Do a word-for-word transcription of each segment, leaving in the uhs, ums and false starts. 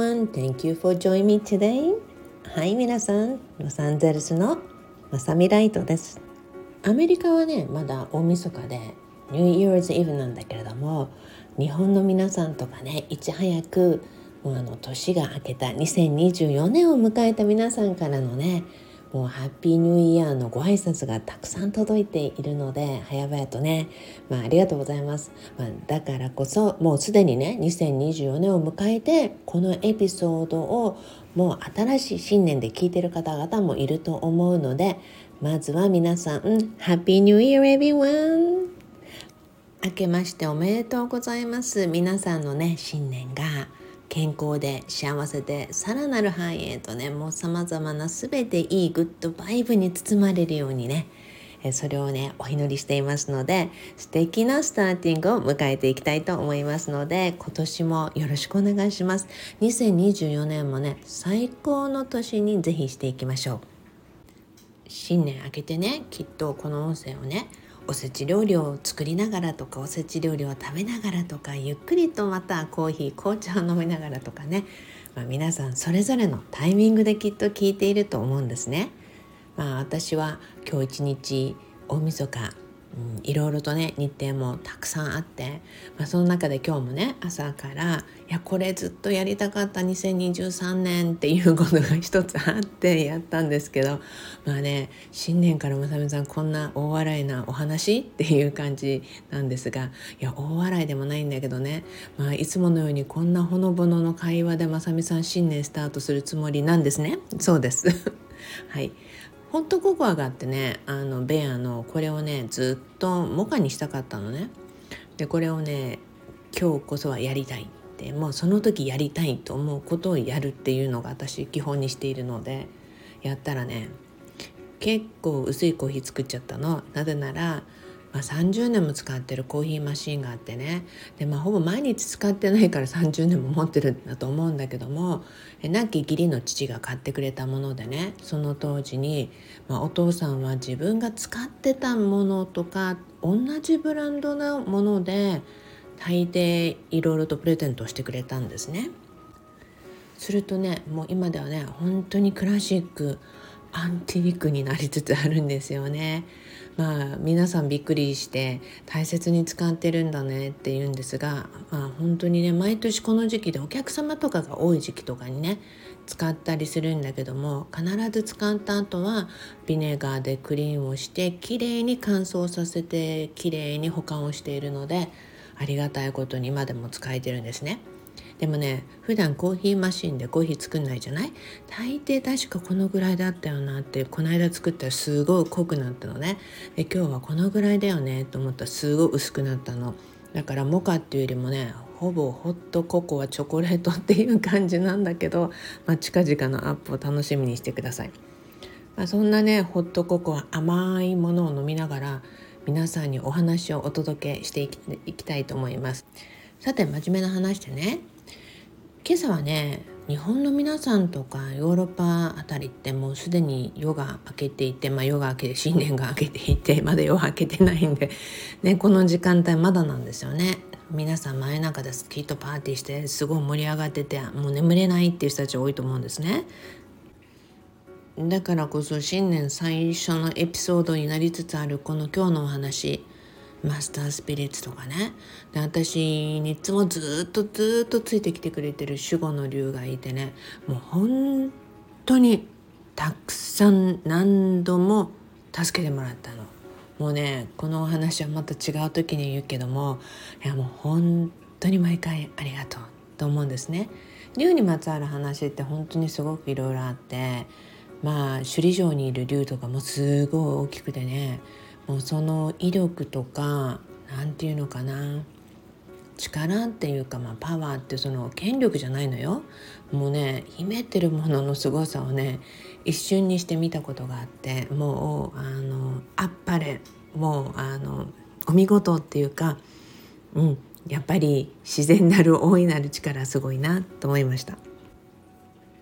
everyone. Thank you for joining me today. はい、皆さん、ロサンゼルスのまさみライトです。アメリカはね、まだ大晦日で New Year's Eve なんだけれども、日本の皆さんとかね、いち早くもうあの年が明けたにせんにじゅうよねんを迎えた皆さんからのね、もうハッピーニューイヤーのご挨拶がたくさん届いているので、早々とね、まあ、ありがとうございます、まあ、だからこそもうすでにねにせんにじゅうよねんを迎えて、このエピソードをもう新しい新年で聞いている方々もいると思うので、まずは皆さん、ハッピーニューイヤーエブリワン、明けましておめでとうございます。皆さんのね新年が健康で幸せで、さらなる繁栄とね、もうさまざまなすべていいグッドバイブに包まれるようにね、それをねお祈りしていますので、素敵なスターティングを迎えていきたいと思いますので、今年もよろしくお願いします。にせんにじゅうよねんもね最高の年にぜひしていきましょう。新年明けてね、きっとこの音声をね、おせち料理を作りながらとか、おせち料理を食べながらとか、ゆっくりとまたコーヒー紅茶を飲みながらとかね、まあ、皆さんそれぞれのタイミングできっと聞いていると思うんですね。まあ、私は今日一日大晦日、うん、いろいろとね日程もたくさんあって、まあ、その中で今日もね朝からいやこれずっとやりたかったにせんにじゅうさんねんっていうことが一つあってやったんですけど、まあね、新年からまさみさんこんな大笑いなお話っていう感じなんですが、いや大笑いでもないんだけどね、まあ、いつものようにこんなほのぼのの会話でまさみさん新年スタートするつもりなんですね。そうですはい、ホットココアがあってね、あのベアのこれをねずっとモカにしたかったのね。でこれをね今日こそはやりたいって、もうその時やりたいと思うことをやるっていうのが私基本にしているので、やったらね結構薄いコーヒー作っちゃったの。なぜなら、まあ、さんじゅうねんも使ってるコーヒーマシンがあってね、で、まあ、ほぼ毎日使ってないからさんじゅうねんも持ってるんだと思うんだけども、亡き義理の父が買ってくれたものでね、その当時に、まあ、お父さんは自分が使ってたものとか同じブランドのもので大抵いろいろとプレゼントしてくれたんですね。するとね、もう今ではね本当にクラシックアンティークになりつつあるんですよね。まあ皆さんびっくりして大切に使ってるんだねって言うんですが、まあ本当にね毎年この時期でお客様とかが多い時期とかにね使ったりするんだけども、必ず使った後はビネガーでクリーンをしてきれいに乾燥させてきれいに保管をしているので、ありがたいことに今でも使えてるんですね。でもね、普段コーヒーマシンでコーヒー作んないじゃない？大抵確かこのぐらいだったよなって、この間作ったらすごい濃くなったのね。で今日はこのぐらいだよねと思ったらすごい薄くなったの。だからモカっていうよりもね、ほぼホットココアチョコレートっていう感じなんだけど、まあ、近々のアップを楽しみにしてください。まあ、そんなねホットココア、甘いものを飲みながら皆さんにお話をお届けしていき、いきたいと思います。さて真面目な話でね、今朝はね日本の皆さんとかヨーロッパあたりってもうすでに夜が明けていて、まあ夜が明けて新年が明けていて、まだ夜明けてないんで、ね、この時間帯まだなんですよね。皆さん真夜中できっとパーティーしてすごい盛り上がってて、もう眠れないっていう人たち多いと思うんですね。だからこそ新年最初のエピソードになりつつあるこの今日のお話、マスタースピリッツとかね、で私にいつもずっとずっとついてきてくれてる守護の竜がいてね、もう本当にたくさん何度も助けてもらったの。もうねこのお話はまた違う時に言うけども、いやもう本当に毎回ありがとうと思うんですね。竜にまつわる話って本当にすごくいろいろあって、まあ首里城にいる竜とかもすごい大きくてね、もうその威力とかなんていうのかな、力っていうか、まあ、パワーってその権力じゃないのよ。もうね秘めてるもののすごさをね一瞬にして見たことがあって、もうあのあっぱれ、もうあのお見事っていうか、うんやっぱり自然なる大いなる力すごいなと思いました。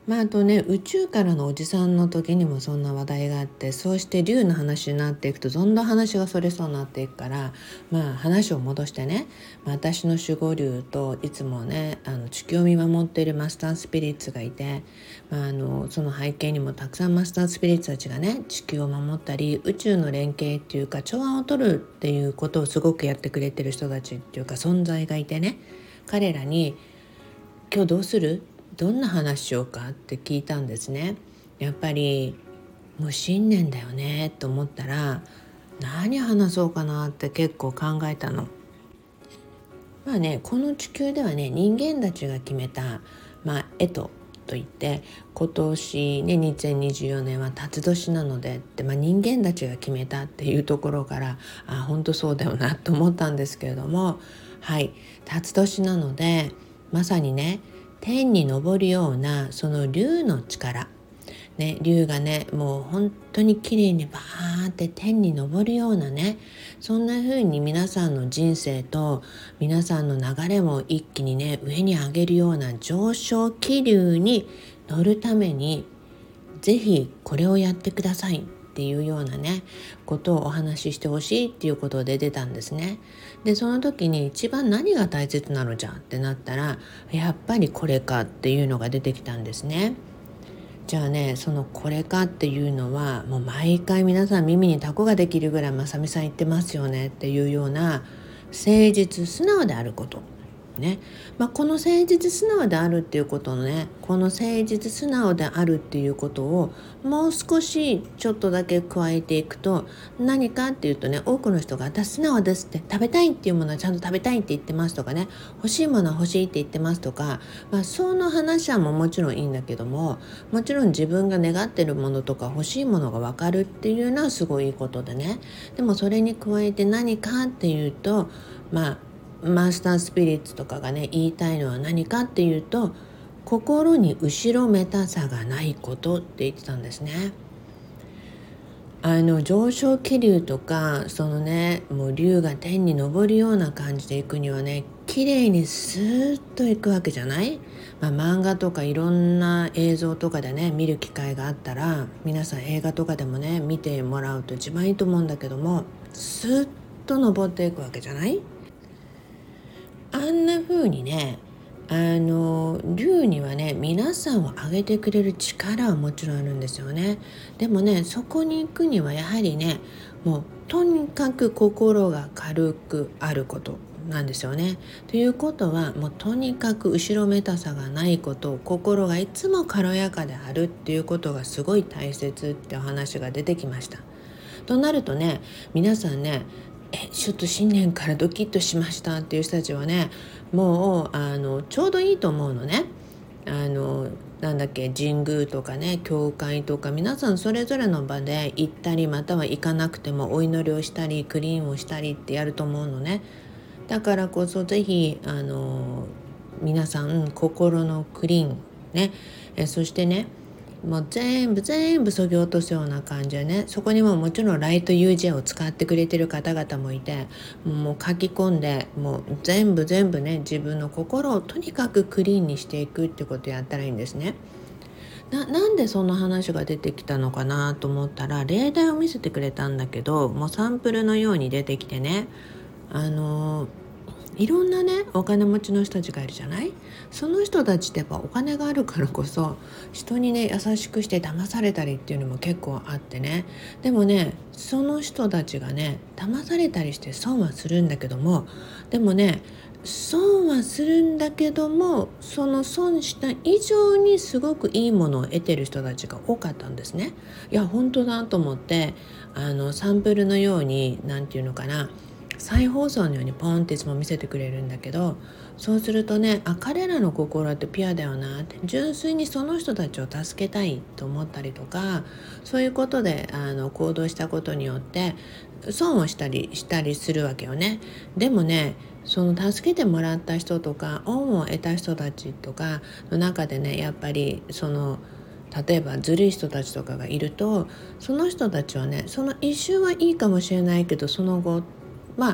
まあ、あとね、宇宙からのおじさんの時にもそんな話題があって、そうして竜の話になっていくとどんどん話がそれそうになっていくから、まあ話を戻してね、まあ私の守護竜といつもねあの地球を見守っているマスタースピリッツがいて、まあ、あのその背景にもたくさんマスタースピリッツたちがね地球を守ったり、宇宙の連携っていうか調和を取るっていうことをすごくやってくれてる人たちっていうか存在がいてね、彼らに今日どうする？どんな話しようかって聞いたんですね。やっぱりもう新年だよねと思ったら、何話そうかなって結構考えたの。まあね、この地球ではね、人間たちが決めた、まあ、干支といって、今年ねにせんにじゅうよねんは辰年なのでって、まあ、人間たちが決めたっていうところから、あ、本当そうだよなと思ったんですけれども、はい、辰年なのでまさにね、天に昇るようなその竜の力ね、竜がねもう本当に綺麗にバーって天に昇るようなね、そんな風に皆さんの人生と皆さんの流れも一気にね上に上げるような上昇気流に乗るために、ぜひこれをやってくださいっていうようなねことをお話ししてほしいっていうことで出たんですね。でその時に一番何が大切なのじゃってなったら、やっぱりこれかっていうのが出てきたんですね。じゃあね、そのこれかっていうのはもう毎回皆さん耳にタコができるぐらいまさみさん言ってますよねっていうような、誠実素直であることね。まあ、この誠実素直であるっていうことのね、この誠実素直であるっていうことをもう少しちょっとだけ加えていくと、何かっていうとね、多くの人が私素直ですって、食べたいっていうものはちゃんと食べたいって言ってますとかね、欲しいものは欲しいって言ってますとか、まあ、その話はももちろんいいんだけども、もちろん自分が願ってるものとか欲しいものが分かるっていうのはすごいいいことでね、でもそれに加えて何かっていうと、まあマスタースピリッツとかがね言いたいのは何かっていうと、心に後ろめたさがないことって言ってたんですね。あの上昇気流とかそのねもう竜が天に昇るような感じで行くにはね、綺麗にスーッと行くわけじゃない。まあ、漫画とかいろんな映像とかでね見る機会があったら、皆さん映画とかでもね見てもらうと一番いいと思うんだけども、スーッと登っていくわけじゃない。あんな風にね、あの竜にはね皆さんを上げてくれる力はもちろんあるんですよね。でもねそこに行くにはやはりね、もうとにかく心が軽くあることなんですよね。ということはもうとにかく後ろめたさがないこと、心がいつも軽やかであるっていうことがすごい大切ってお話が出てきました。となるとね、皆さんね、えちょっと新年からドキッとしましたっていう人たちはね、もうあのちょうどいいと思うのね。あのなんだっけ、神宮とかね教会とか、皆さんそれぞれの場で行ったり、または行かなくてもお祈りをしたりクリーンをしたりってやると思うのね。だからこそぜひあの皆さん心のクリーンね、えそしてねもう全部全部削ぎ落とすような感じでね、そこにももちろんライト ユージェー を使ってくれてる方々もいて、もう書き込んでもう全部全部ね自分の心をとにかくクリーンにしていくってことをやったらいいんですね。な, なんでそんな話が出てきたのかなと思ったら、例題を見せてくれたんだけど、もうサンプルのように出てきてね、あのいろんなねお金持ちの人たちがいるじゃない。その人たちってやっぱお金があるからこそ人にね優しくして騙されたりっていうのも結構あってね、でもねその人たちがね騙されたりして損はするんだけども、でもね損はするんだけどもその損した以上にすごくいいものを得てる人たちが多かったんですね。いや本当だと思って、あのサンプルのようになんていうのかな、再放送のようにポンっていつも見せてくれるんだけど、そうするとね、あ彼らの心ってピュアだよなって、純粋にその人たちを助けたいと思ったりとか、そういうことであの行動したことによって損をしたりしたりするわけよね。でもねその助けてもらった人とか恩を得た人たちとかの中でね、やっぱりその例えばずるい人たちとかがいると、その人たちはねその一瞬はいいかもしれないけど、その後まあ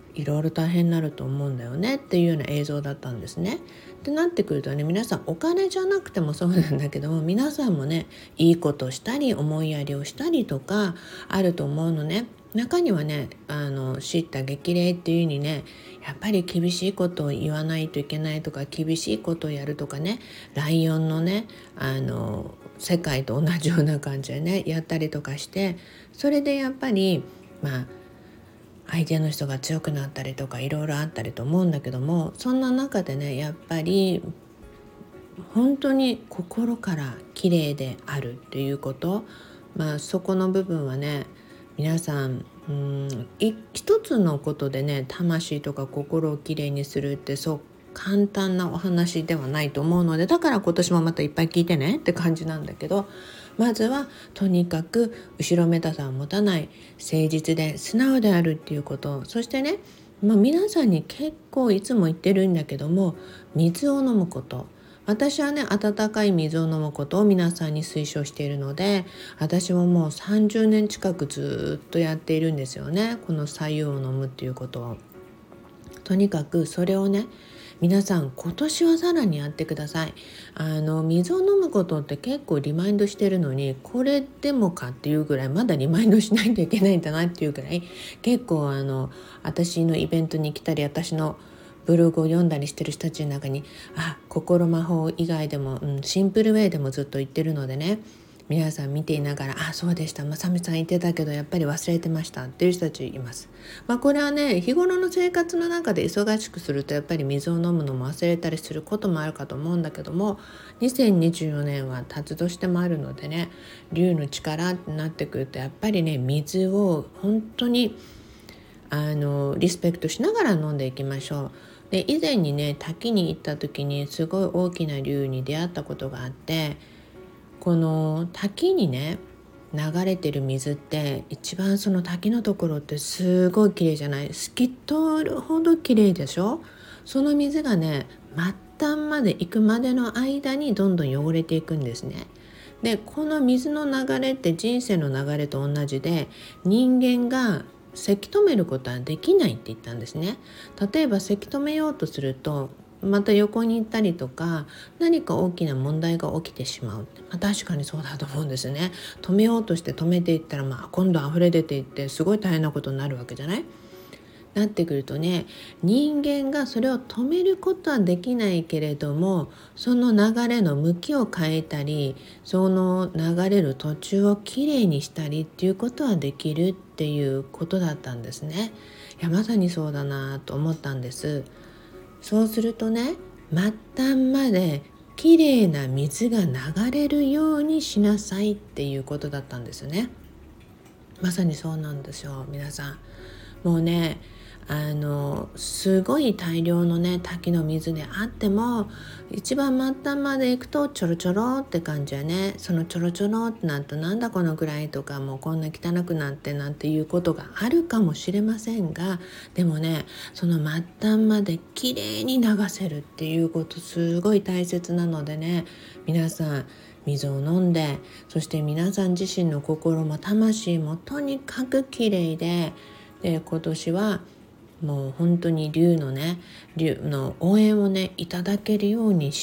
いろいろ大変になると思うんだよねっていうような映像だったんですね。ってなってくるとね、皆さんお金じゃなくてもそうなんだけども、皆さんもねいいことしたり思いやりをしたりとかあると思うのね。中にはね、あの叱咤激励っていう風にね、やっぱり厳しいことを言わないといけないとか、厳しいことをやるとかね、ライオンのね、あの世界と同じような感じでねやったりとかして、それでやっぱりまあ相手の人が強くなったりとかいろいろあったりと思うんだけども、そんな中でねやっぱり本当に心から綺麗であるっていうこと、まあそこの部分はね、皆さんうーんい一つのことでね魂とか心をきれいにするってそう簡単なお話ではないと思うので、だから今年もまたいっぱい聞いてねって感じなんだけど、まずはとにかく後ろめたさを持たない、誠実で素直であるっていうこと、そしてね、まあ、皆さんに結構いつも言ってるんだけども、水を飲むこと。私はね温かい水を飲むことを皆さんに推奨しているので、私ももうさんじゅうねん近くずっとやっているんですよね、この白湯を飲むっていうことを。とにかくそれをね皆さん今年はさらにやってください。あの水を飲むことって結構リマインドしてるのに、これでもかっていうぐらいまだリマインドしないといけないんだなっていうぐらい、結構あの私のイベントに来たり私のブログを読んだりしてる人たちの中に、あ、心魔法以外でも、うん、シンプルウェイでもずっと言ってるのでね、皆さん見ていながら、あ、そうでした、まさみさん言ってたけどやっぱり忘れてましたっていう人たちいます。まあこれはね、日頃の生活の中で忙しくするとやっぱり水を飲むのも忘れたりすることもあるかと思うんだけども、にせんにじゅうよねんは辰年でもあるのでね、龍の力ってなってくるとやっぱりね、水を本当にあのリスペクトしながら飲んでいきましょう。で、以前にね滝に行った時にすごい大きな龍に出会ったことがあって、この滝にね流れてる水って一番その滝のところってすごい綺麗じゃない？透き通るほど綺麗でしょ。その水がね末端まで行くまでの間にどんどん汚れていくんですね。で、この水の流れって人生の流れと同じで、人間がせき止めることはできないって言ったんですね。例えばせき止めようとするとまた横に行ったりとか、何か大きな問題が起きてしまう、まあ、確かにそうだと思うんですね。止めようとして止めていったら、まあ、今度溢れ出ていってすごい大変なことになるわけじゃない。なってくるとね、人間がそれを止めることはできないけれども、その流れの向きを変えたり、その流れる途中をきれいにしたりっていうことはできるっていうことだったんですね。いや、まさにそうだなと思ったんです。そうするとね、末端まできれいな水が流れるようにしなさいっていうことだったんですよね。まさにそうなんですよ、皆さん。もうね、あのすごい大量のね滝の水であっても、一番末端まで行くとちょろちょろって感じやね。そのちょろちょろってなると、なんだこのぐらいとか、もうこんな汚くなってなんていうことがあるかもしれませんが、でもね、その末端まできれいに流せるっていうことすごい大切なのでね、皆さん水を飲んで、そして皆さん自身の心も魂もとにかくきれいで、で今年はもう本当に龍のね龍の応援をねいただけるようにして、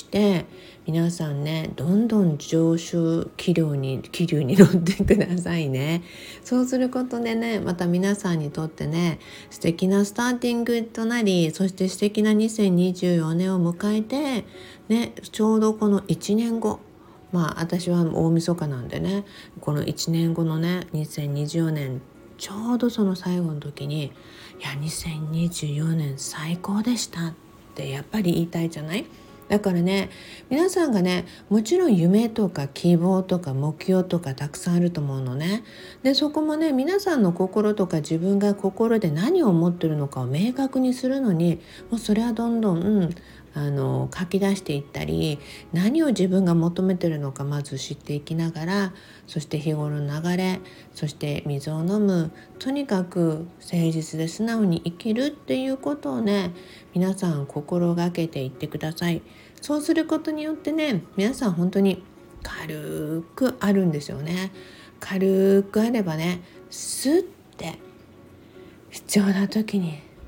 皆さんねどんどん上昇気流に気流に乗ってくださいね。そうすることでね、また皆さんにとってね素敵なスターティングとなり、そして素敵なにせんにじゅうよねんを迎えてね、ちょうどこのいちねんご、まあ私は大晦日なんでね、このいちねんごのねにせんにじゅうよねん、ちょうどその最後の時に、いやにせんにじゅうよねん最高でしたってやっぱり言いたいじゃない。だからね、皆さんがねもちろん夢とか希望とか目標とかたくさんあると思うのね。でそこもね、皆さんの心とか自分が心で何を思ってるのかを明確にするのに、もうそれはどんどん、うん、あの書き出していったり、何を自分が求めてるのかまず知っていきながら、そして日頃の流れ、そして水を飲む、とにかく誠実で素直に生きるっていうことをね、皆さん心がけていってください。そうすることによってね、皆さん本当に軽くあるんですよね。軽くあればね、スッて必要な時に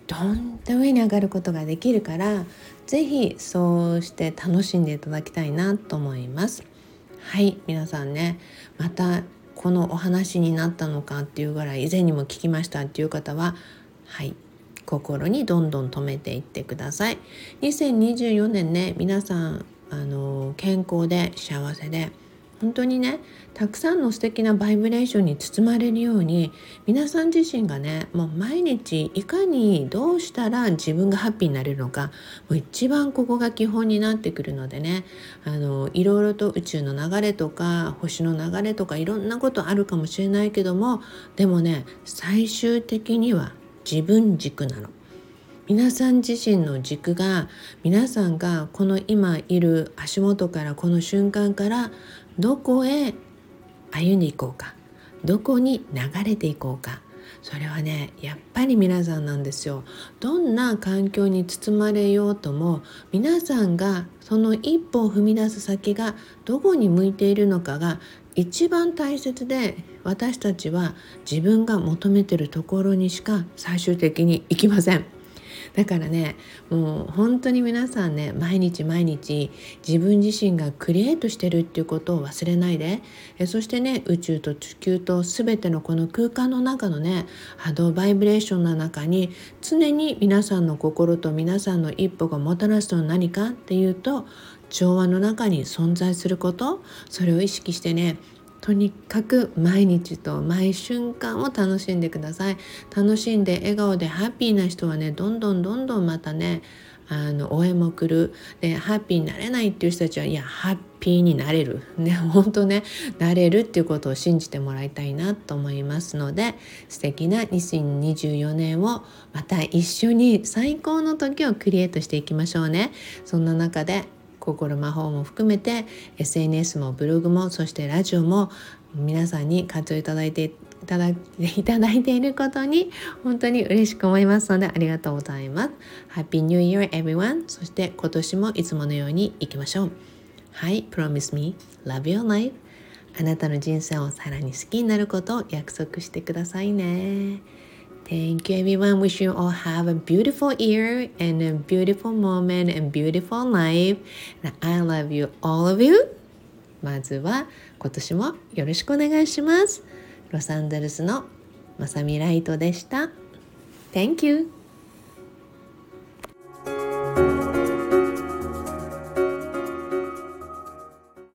どんと上に上がることができるから、ぜひそうして楽しんでいただきたいなと思います。はい、皆さんね、またこのお話になったのかっていうぐらい以前にも聞きましたっていう方は、はい、心にどんどん留めていってください。にせんにじゅうよねんね、皆さんあの健康で幸せで、本当にね、たくさんの素敵なバイブレーションに包まれるように、皆さん自身がね、もう毎日いかにどうしたら自分がハッピーになれるのか、もう一番ここが基本になってくるのでね、あのいろいろと宇宙の流れとか星の流れとかいろんなことあるかもしれないけども、でもね、最終的には自分軸なの。皆さん自身の軸が、皆さんがこの今いる足元から、この瞬間からどこへ歩んでいこうか、どこに流れていこうか、それはね、やっぱり皆さんなんですよ。どんな環境に包まれようとも、皆さんがその一歩を踏み出す先がどこに向いているのかが一番大切で、私たちは自分が求めているところにしか最終的に行きません。だからね、もう本当に皆さんね、毎日毎日自分自身がクリエイトしてるっていうことを忘れないで、えそしてね、宇宙と地球と全てのこの空間の中のね、波動バイブレーションの中に、常に皆さんの心と皆さんの一歩がもたらすのは何かっていうと、調和の中に存在すること、それを意識してね、とにかく毎日と毎瞬間を楽しんでください。楽しんで笑顔でハッピーな人はね、どんどんどんどんまたね、あの応援も来る。で、ハッピーになれないっていう人たちは、いやハッピーになれるね、本当ね、なれるっていうことを信じてもらいたいなと思いますので、素敵なにせんにじゅうよねんをまた一緒に最高の時をクリエイトしていきましょうね。そんな中で心魔法も含めて エスエヌエス もブログも、そしてラジオも皆さんに活用いただいていただいていることに本当に嬉しく思いますので、ありがとうございます。Happy New Year everyone。 そして今年もいつものようにいきましょう。はい、 Promise me love your life。 あなたの人生をさらに好きになることを約束してくださいね。Thank you everyone. Wish you all have a beautiful year and a beautiful moment and beautiful life. And I love you, all of you. まずは今年もよろしくお願いします。ロサンゼルスのまさみライトでした。Thank you.